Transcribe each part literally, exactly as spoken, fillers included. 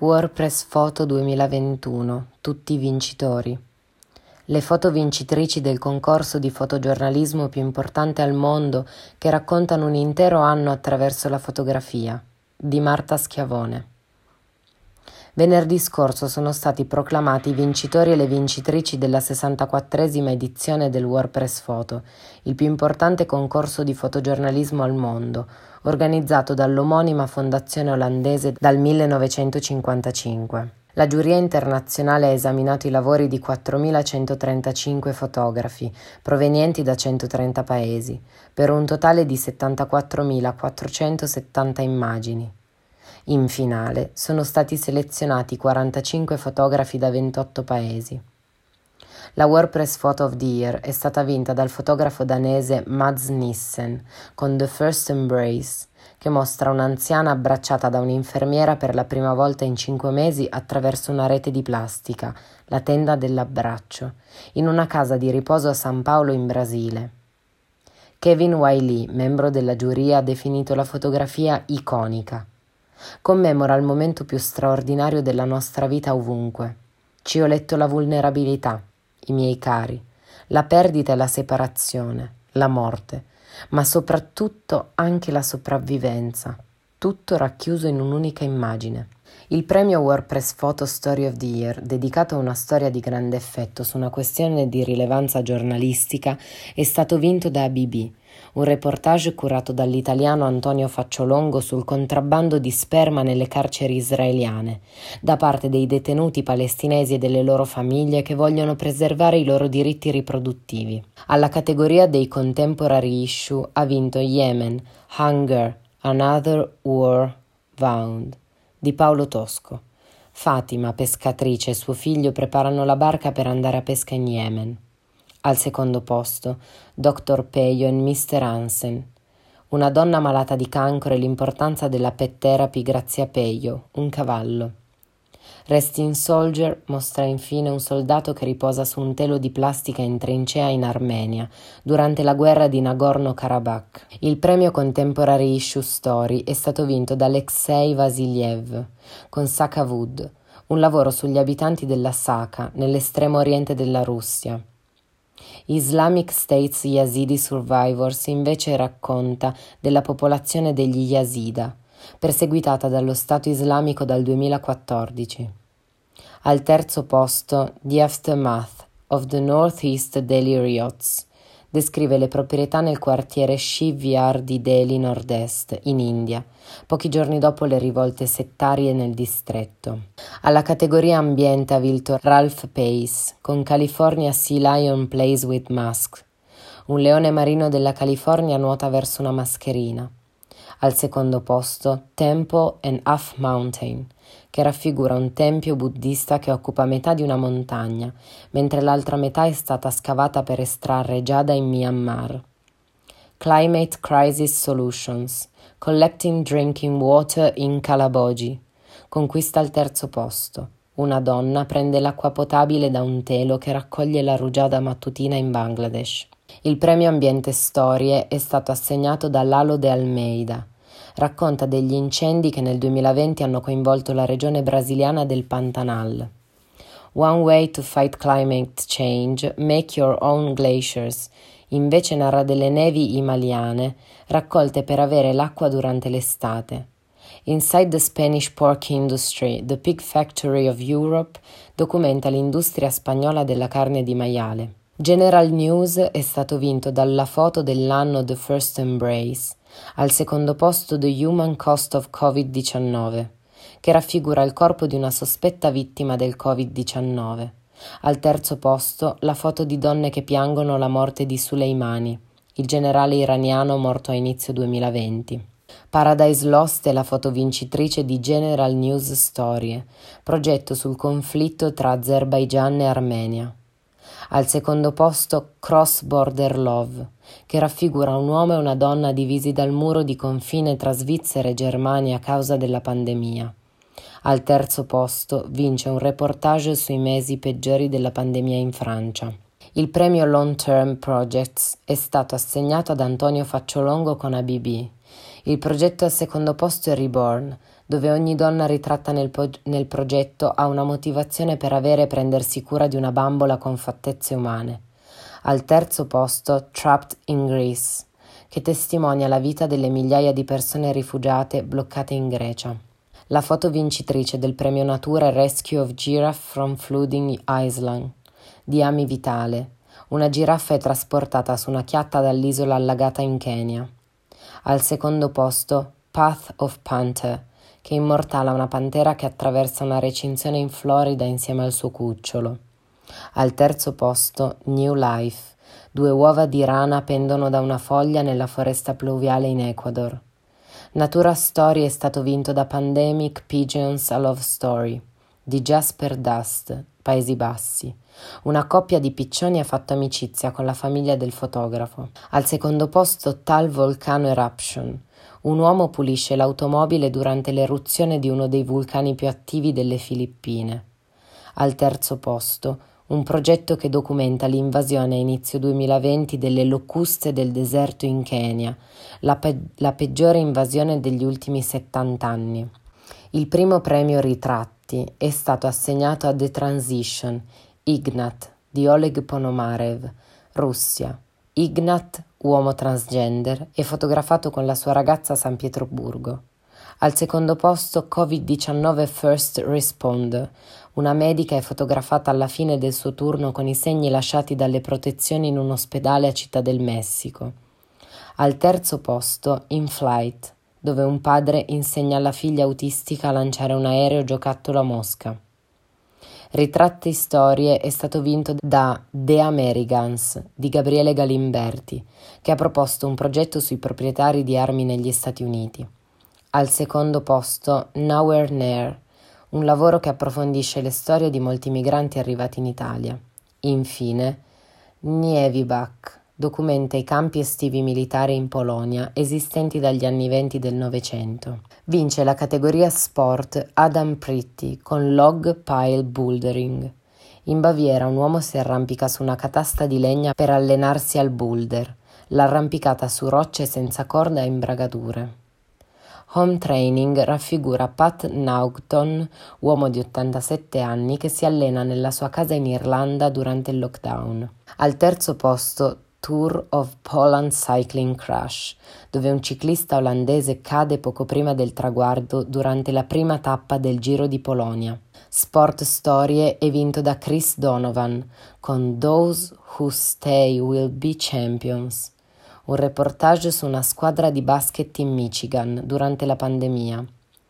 WordPress Photo duemilaventuno, tutti vincitori. Le foto vincitrici del concorso di fotogiornalismo più importante al mondo che raccontano un intero anno attraverso la fotografia, di Marta Schiavone. Venerdì scorso sono stati proclamati i vincitori e le vincitrici della sessantaquattresima edizione del WordPress Photo, il più importante concorso di fotogiornalismo al mondo, organizzato dall'omonima fondazione olandese dal millenovecentocinquantacinque. La giuria internazionale ha esaminato i lavori di quattromilacentotrentacinque fotografi, provenienti da centotrenta paesi, per un totale di settantaquattromilaquattrocentosettanta immagini. In finale sono stati selezionati quarantacinque fotografi da ventotto paesi. La WordPress Photo of the Year è stata vinta dal fotografo danese Mads Nissen con The First Embrace, che mostra un'anziana abbracciata da un'infermiera per la prima volta in cinque mesi attraverso una rete di plastica, la tenda dell'abbraccio, in una casa di riposo a San Paolo in Brasile. Kevin Wiley, membro della giuria, ha definito la fotografia iconica. Commemora il momento più straordinario della nostra vita ovunque. Ci ho letto la vulnerabilità, i miei cari, la perdita e la separazione, la morte, ma soprattutto anche la sopravvivenza, tutto racchiuso in un'unica immagine. Il premio WordPress Photo Story of the Year, dedicato a una storia di grande effetto su una questione di rilevanza giornalistica, è stato vinto da A B B, un reportage curato dall'italiano Antonio Facciolongo sul contrabbando di sperma nelle carceri israeliane, da parte dei detenuti palestinesi e delle loro famiglie che vogliono preservare i loro diritti riproduttivi. Alla categoria dei contemporary issue ha vinto Yemen, Hunger, Another War Wound, di Paolo Tosco. Fatima, pescatrice, e suo figlio preparano la barca per andare a pesca in Yemen. Al secondo posto, doctor Peyo e mister Hansen. Una donna malata di cancro e l'importanza della pet therapy grazie a Peyo, un cavallo. Resting Soldier mostra infine un soldato che riposa su un telo di plastica in trincea in Armenia durante la guerra di Nagorno-Karabakh. Il premio Contemporary Issue Story è stato vinto da Alexei Vasiliev con Sakha Wood, un lavoro sugli abitanti della Sakha nell'estremo oriente della Russia. Islamic State's Yazidi Survivors invece racconta della popolazione degli Yazida, perseguitata dallo Stato islamico dal duemilaquattordici. Al terzo posto, The Aftermath of the Northeast Delhi Riots descrive le proprietà nel quartiere Shiviyar di Delhi Nord-Est, in India, pochi giorni dopo le rivolte settarie nel distretto. Alla categoria ambiente ha vinto Ralph Pace con California Sea Lion Plays with Masks. Un leone marino della California nuota verso una mascherina. Al secondo posto, Temple and Half Mountain, che raffigura un tempio buddista che occupa metà di una montagna, mentre l'altra metà è stata scavata per estrarre giada in Myanmar. Climate Crisis Solutions, Collecting Drinking Water in Kalaboji, conquista il terzo posto. Una donna prende l'acqua potabile da un telo che raccoglie la rugiada mattutina in Bangladesh. Il premio Ambiente Storie è stato assegnato da Lalo de Almeida. Racconta degli incendi che nel duemilaventi hanno coinvolto la regione brasiliana del Pantanal. One Way to Fight Climate Change, Make Your Own Glaciers, invece narra delle nevi himaliane raccolte per avere l'acqua durante l'estate. Inside the Spanish Pork Industry, The Pig Factory of Europe, documenta l'industria spagnola della carne di maiale. General News è stato vinto dalla foto dell'anno The First Embrace, al secondo posto The Human Cost of covid diciannove, che raffigura il corpo di una sospetta vittima del covid diciannove. Al terzo posto la foto di donne che piangono la morte di Soleimani, il generale iraniano morto a inizio duemilaventi. Paradise Lost è la foto vincitrice di General News Storie, progetto sul conflitto tra Azerbaigian e Armenia. Al secondo posto Cross Border Love, che raffigura un uomo e una donna divisi dal muro di confine tra Svizzera e Germania a causa della pandemia. Al terzo posto vince un reportage sui mesi peggiori della pandemia in Francia. Il premio Long Term Projects è stato assegnato ad Antonio Facciolongo con A B B. Il progetto al secondo posto è Reborn, dove ogni donna ritratta nel, po- nel progetto ha una motivazione per avere e prendersi cura di una bambola con fattezze umane. Al terzo posto Trapped in Greece, che testimonia la vita delle migliaia di persone rifugiate bloccate in Grecia. La foto vincitrice del premio Natura è Rescue of Giraffe from Flooding Island di Ami Vitale. Una giraffa è trasportata su una chiatta dall'isola allagata in Kenya. Al secondo posto Path of Panther, che immortala una pantera che attraversa una recinzione in Florida insieme al suo cucciolo. Al terzo posto New Life, due uova di rana pendono da una foglia nella foresta pluviale in Ecuador. Natura Story è stato vinto da Pandemic Pigeons a Love Story di Jasper Dust, Paesi Bassi. Una coppia di piccioni ha fatto amicizia con la famiglia del fotografo. Al secondo posto Tal Volcano Eruption. Un uomo pulisce l'automobile durante l'eruzione di uno dei vulcani più attivi delle Filippine. Al terzo posto un progetto che documenta l'invasione a inizio duemilaventi delle locuste del deserto in Kenya, la, pe- la peggiore invasione degli ultimi settanta anni. Il primo premio Ritratti è stato assegnato a The Transition, Ignat, di Oleg Ponomarev, Russia. Ignat, uomo transgender, è fotografato con la sua ragazza a San Pietroburgo. Al secondo posto covid diciannove First Responder. Una medica è fotografata alla fine del suo turno con i segni lasciati dalle protezioni in un ospedale a Città del Messico. Al terzo posto In Flight, dove un padre insegna alla figlia autistica a lanciare un aereo giocattolo a Mosca. Ritratti Storie è stato vinto da The Americans di Gabriele Galimberti, che ha proposto un progetto sui proprietari di armi negli Stati Uniti. Al secondo posto Nowhere Near, un lavoro che approfondisce le storie di molti migranti arrivati in Italia. Infine, Niewibak documenta i campi estivi militari in Polonia esistenti dagli anni venti del Novecento. Vince la categoria Sport Adam Pretty con Log Pile Bouldering. In Baviera un uomo si arrampica su una catasta di legna per allenarsi al boulder, l'arrampicata su rocce senza corda e imbragature. Home Training raffigura Pat Naughton, uomo di ottantasette anni che si allena nella sua casa in Irlanda durante il lockdown. Al terzo posto Tour of Poland Cycling Crash, dove un ciclista olandese cade poco prima del traguardo durante la prima tappa del Giro di Polonia. Sport Storie è vinto da Chris Donovan con Those Who Stay Will Be Champions. Un reportage su una squadra di basket in Michigan durante la pandemia.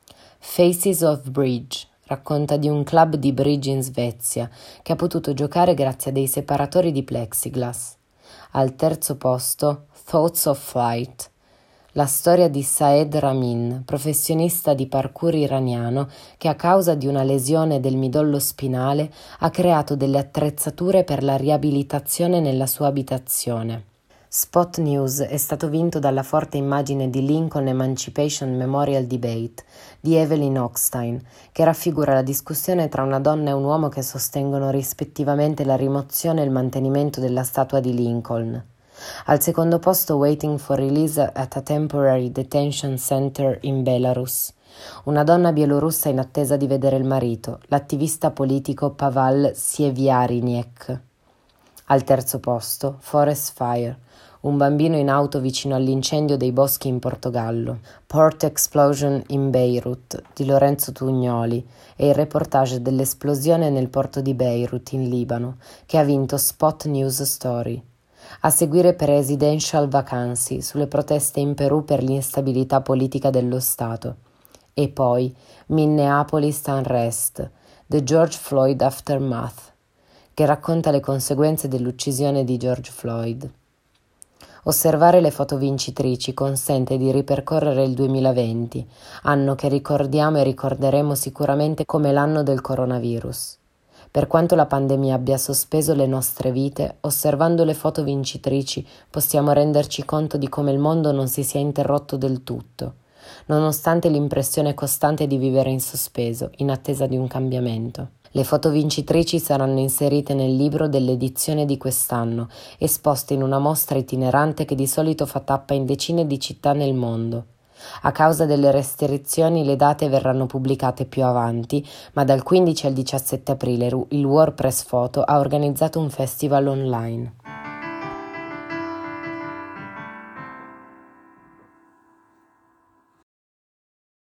Faces of Bridge racconta di un club di bridge in Svezia che ha potuto giocare grazie a dei separatori di plexiglass. Al terzo posto Thoughts of Flight, la storia di Saed Ramin, professionista di parkour iraniano che a causa di una lesione del midollo spinale ha creato delle attrezzature per la riabilitazione nella sua abitazione. Spot News è stato vinto dalla forte immagine di Lincoln Emancipation Memorial Debate di Evelyn Hochstein, che raffigura la discussione tra una donna e un uomo che sostengono rispettivamente la rimozione e il mantenimento della statua di Lincoln. Al secondo posto Waiting for Release at a Temporary Detention Center in Belarus. Una donna bielorussa in attesa di vedere il marito, l'attivista politico Pavel Sieviariniek. Al terzo posto Forest Fire. Un bambino in auto vicino all'incendio dei boschi in Portogallo. Port Explosion in Beirut di Lorenzo Tugnoli e il reportage dell'esplosione nel porto di Beirut in Libano che ha vinto Spot News Story. A seguire Presidential Vacancy sulle proteste in Perù per l'instabilità politica dello Stato. E poi Minneapolis Unrest, The George Floyd Aftermath, che racconta le conseguenze dell'uccisione di George Floyd. Osservare le foto vincitrici consente di ripercorrere il duemilaventi, anno che ricordiamo e ricorderemo sicuramente come l'anno del coronavirus. Per quanto la pandemia abbia sospeso le nostre vite, osservando le foto vincitrici possiamo renderci conto di come il mondo non si sia interrotto del tutto, nonostante l'impressione costante di vivere in sospeso, in attesa di un cambiamento. Le foto vincitrici saranno inserite nel libro dell'edizione di quest'anno, esposte in una mostra itinerante che di solito fa tappa in decine di città nel mondo. A causa delle restrizioni le date verranno pubblicate più avanti, ma dal quindici al diciassette aprile il WordPress Photo ha organizzato un festival online.